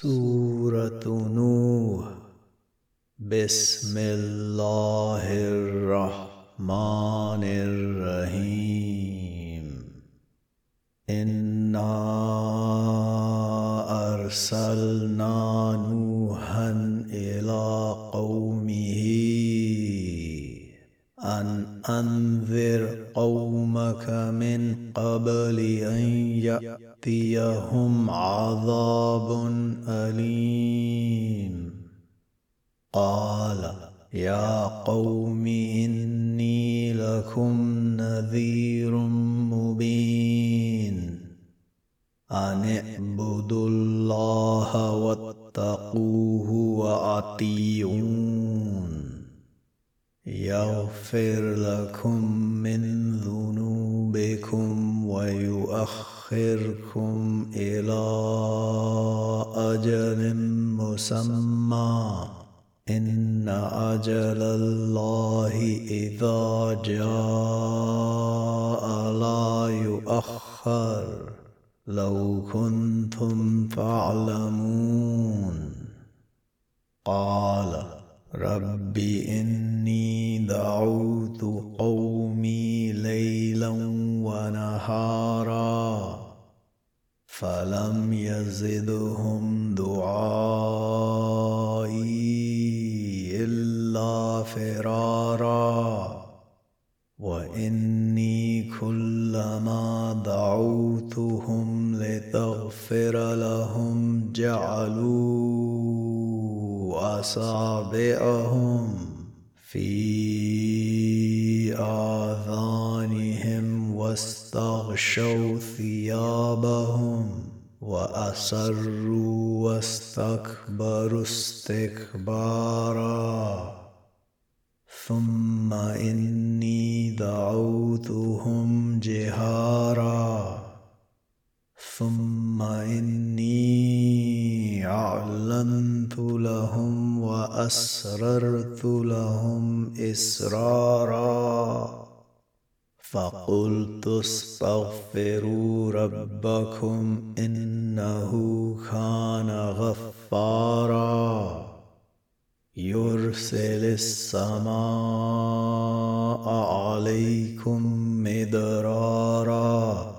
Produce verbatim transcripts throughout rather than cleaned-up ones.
سورة نوح. بسم الله الرحمن الرحيم. إنا أرسلنا نوحا إلى قومه أن أنذر قومك من قبل أن يأتيهم عذاب أليم. قال يا قوم إني لكم نذير مبين أن اعبدوا الله واتقوه وأطيعون يغفر لكم من ذنوبكم ويؤخركم إلى أجل مسمى إن أجل الله إذا جاء لا يؤخر لو كنتم تعلمون. قال رب إني دعوت قومي ليلا ونهارا فلم يزدهم دعائي إلا فرارا. وإني كلما دعوتهم لتغفر لهم جعلوا أصابعهم في آذانهم واستغشوا ثيابهم وأصروا واستكبروا استكبارا. ثم إني دعوتهم جهارا ثم إني أعلنت لهم وأسررت لهم إسرارا. فقلت استغفروا ربكم إنه كان غفارا يرسل السماء عليكم مدرارا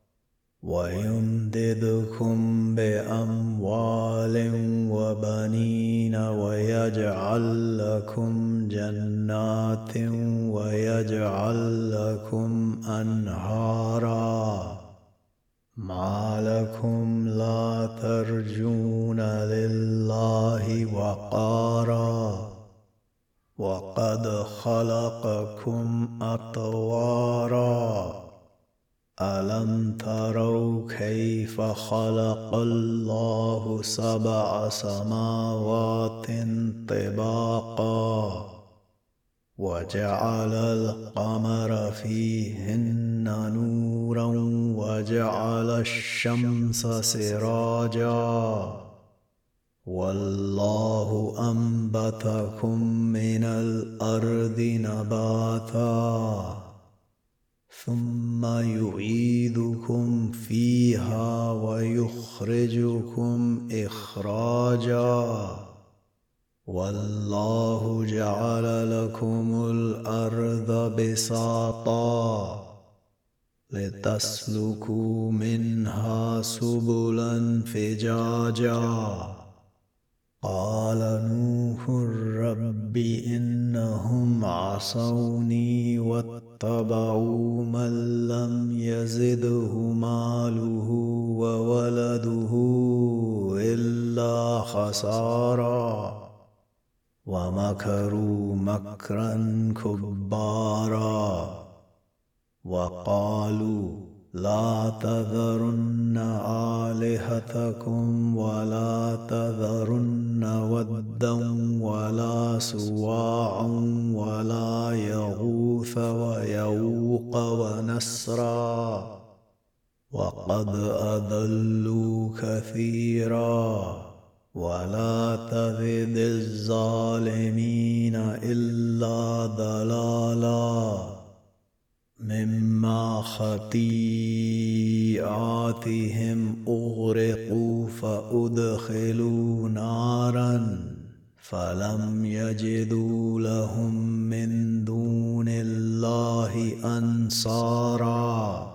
ويمددكم بأموال وبنين ويجعل لكم جنات ويجعل لكم أنهارا. ما لكم لا ترجون لله وقارا وقد خلقكم أطوارا. ألم تروا كيف خلق الله سبع سماوات طباقا وجعل القمر فيهن نورا وجعل الشمس سراجا والله أنبتكم من الأرض نباتا ثم يعيدكم فيها ويخرجكم إخراجا. والله جعل لكم الأرض بساطا لتسلكوا منها سبلا فجاجا. قال نوح رب إنهم عصوني واتبعوا من لم يزده ماله وولده إلا خسارا ومكروا مكرا كبارا. وقالوا لا تذرن آلهتكم ولا تذرن ودا ولا سواعا ولا يغوث ويعوق ونسرا وقد أضلوا كثيرا. ولا تزد الظالمين إلا ضلالا. مما خطيئاتهم أغرقوا فأدخلوا نارا فلم يجدوا لهم من دون الله أنصارا.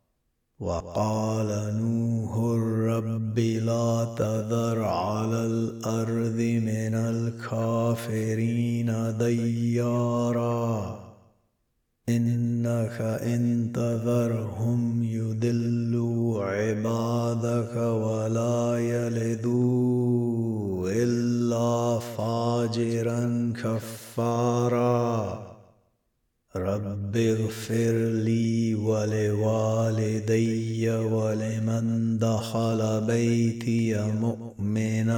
وقال نوح رب لا تذر على الأرض من الكافرين ديارا إنك إن تذرهم يضلوا عبادك ولا يلدوا إلا فاجرا كفارا. رب اغفر لي ولوالدي ولمن دخل بيتي مؤمنا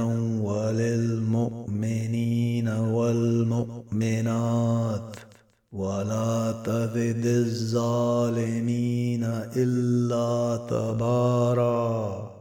وللمؤمنين والمؤمنات ولا تزد الظالمين إلا تبارا.